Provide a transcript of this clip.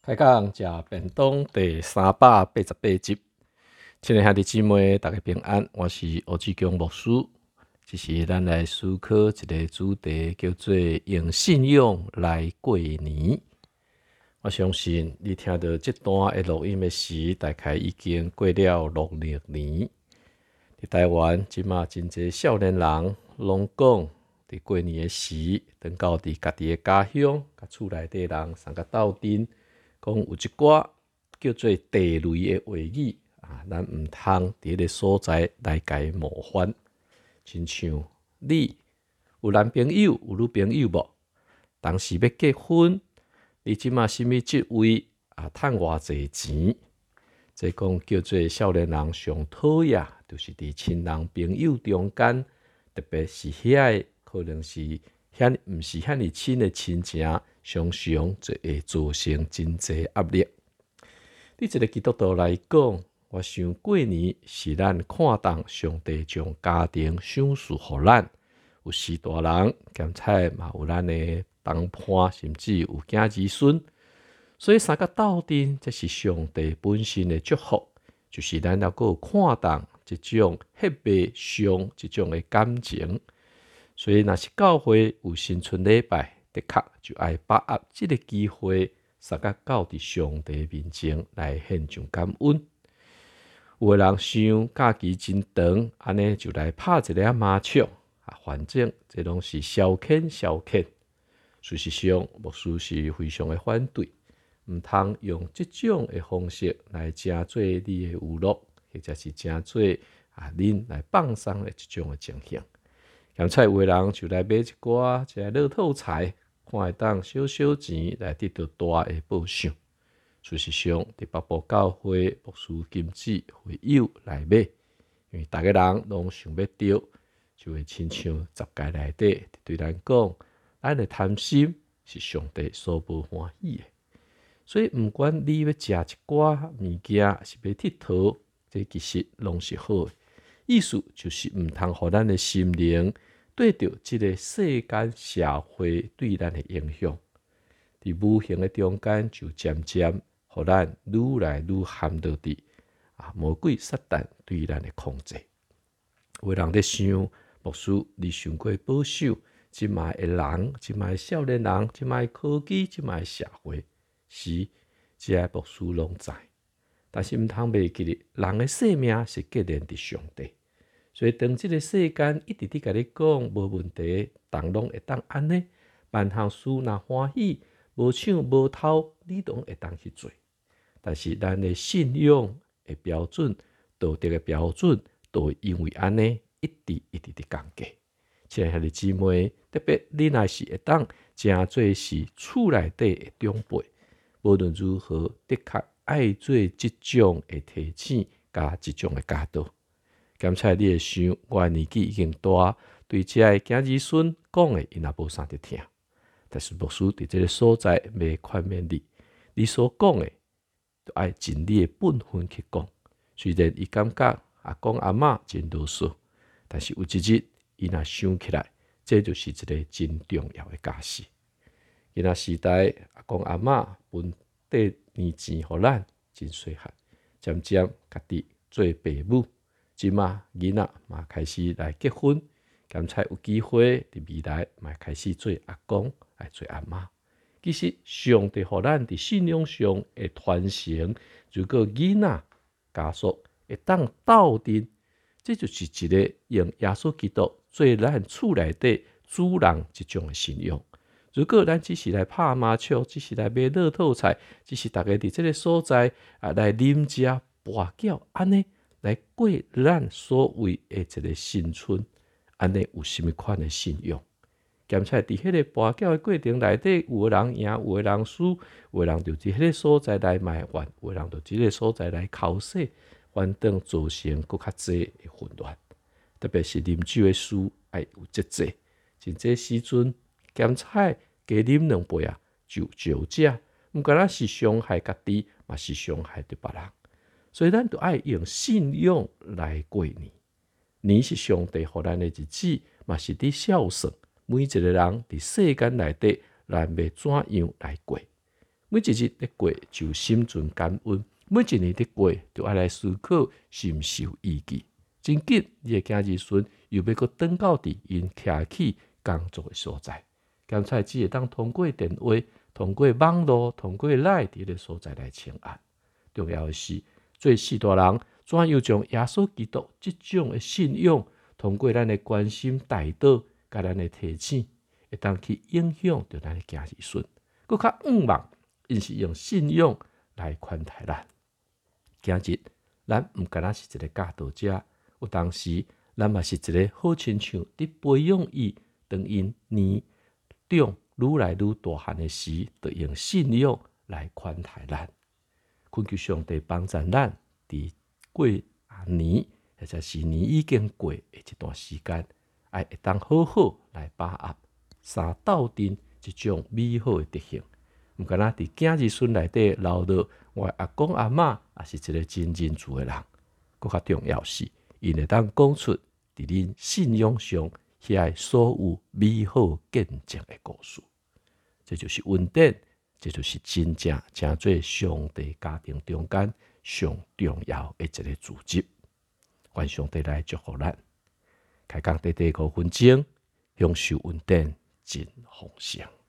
开讲食便当第388集，亲爱兄弟姊妹，大家平安，我是欧志强牧师。这是咱来思考一个主题，叫做用信用来过年。我相信你听到这段的录音的时，大概已经过了农历年。伫台湾，即马真侪少年人拢讲，伫过年的时，等到伫家己的家乡，甲厝内底人三个斗阵。讲有一寡叫做地雷的话语咱毋通伫迄个所在来甲伊冒犯。亲像你有男朋友有女朋友无？当时要结婚，你即马什物职位趁偌济钱？这讲叫做少年人上讨厌，就是伫亲人朋友中间，特别是遐可能是毋是遐尼亲的亲情，常常就会造成真济压力。对一个基督徒来讲，我想过年是咱看重上帝将家庭赏赐予咱，有四大人，兼且嘛有咱的同伴，甚至有囝儿孙。所以三个斗阵，这是上帝本身的祝福，就是咱要够看重这种血脉上这种的感情。所以，若是教会有新春礼拜，的确就爱把握这个机会，三个到伫上帝面前来献上感恩。有的人想假期真长，安尼就来拍一个麻将反正这拢是消遣。事实上，牧师是非常的反对，毋通用这种的方式来成做你的娱乐，或者是成做恁来放松的这种的情形。咸菜有的人就来买一寡一个乐透彩，看会当少钱来得到大的报酬。事实上，伫北部教会牧师禁止会友来买，因为逐个人拢想要着，就会亲像十戒内底对咱讲，咱的贪心是上帝所不欢喜的。所以，毋管你要食一寡物件，是要佚佗，这其实拢是好的。意思就是毋通互咱的心灵对着这个世间社会对咱的影响，伫无形的中间就渐渐互咱愈来愈陷到伫魔鬼撒旦对咱的控制。有人在想，牧师你想过保守即卖的人，即卖少年人，即卖科技，即卖社会，是这些牧师拢知。但是毋通袂记得，人的性命是结连伫上帝，所以当这个世间一直伫甲你讲无问题，人拢会当安尼，万项事若欢喜，无抢无偷，你拢会当去做。但是咱的信仰的标准、道德的标准，都会因为安尼一直伫降低。亲爱兄弟姊妹，特别你若是会当真做是厝内底的长辈，无论如何，的确爱做即种的提醒，甲即种的教导。兼且你会想，我的年纪已经大，对这个囝儿孙讲的，因也无啥得听。但是牧师伫这个所在，要劝勉你所讲的，就爱尽你的本分去讲。虽然伊感觉阿公阿嬷真啰嗦，但是有一日，伊若想起来，这就是一个真重要的假事。今仔时代，阿公阿嬷分缀年钱互咱，真细汉，渐渐家己做爸母。即马囡仔嘛开始来结婚，兼且有机会伫未来嘛开始做阿公，来做阿嬷。其实上帝互咱伫信仰上的传承，如果囡仔家属会当斗阵，这就是一个用耶稣基督做咱厝内底主人这种的信仰。如果咱只是来拍麻将，只是来买乐透彩，只是大家伫这个所在来啉食跋筊安尼。来过咱所谓的一个新春，安尼有甚物款的信用？兼且伫迄个跋筊的过程内底，有的人赢，有的人输，有的人就伫迄个所在来埋怨，有的人就伫迄个所在来口舌，反倒造成更较济的混乱。特别是啉酒的事，爱有节制，真济时阵兼且加啉两杯就酒驾，毋管咱是伤害家己，嘛是伤害着别人。所以，咱就爱用信仰来过年。年是上帝予咱的日子，嘛是伫孝顺每一个人伫世间内底，咱要怎样来过？ 每一日咧过就心存感恩，每一年咧过就要来思考深受意义。真紧，你的囝儿孙又要搁转到伫因徛起工作的所在，检菜只会当通过电话、通过网络、通过赖伫个所在来请安。重要的是，做世大人怎样将耶稣基督这种的信仰，通过咱的关心带导，甲咱的提醒，会当去影响着咱的囝儿孙。搁较仰望，因是用信仰来款待咱。今日咱毋敢若是一个教导者，有当时咱嘛是一个好亲像伫培养伊，当因年长愈来愈大汉的时，就用信仰来款待咱。恳求上帝帮助咱伫过年，或者是年已经过的一段时间，会当好好来把握三斗阵这种美好的德行。毋敢若伫囝儿孙内底留落我阿公阿嬷，也是一个真认主的人。更较重要是，因会当讲出伫恁信仰上遐所有美好见证的故事。这就是恩典，这就是真正成做上帝家庭中间上重要的一个组织。愿上帝来祝福咱，开讲短短5分钟，享受恩典真丰盛。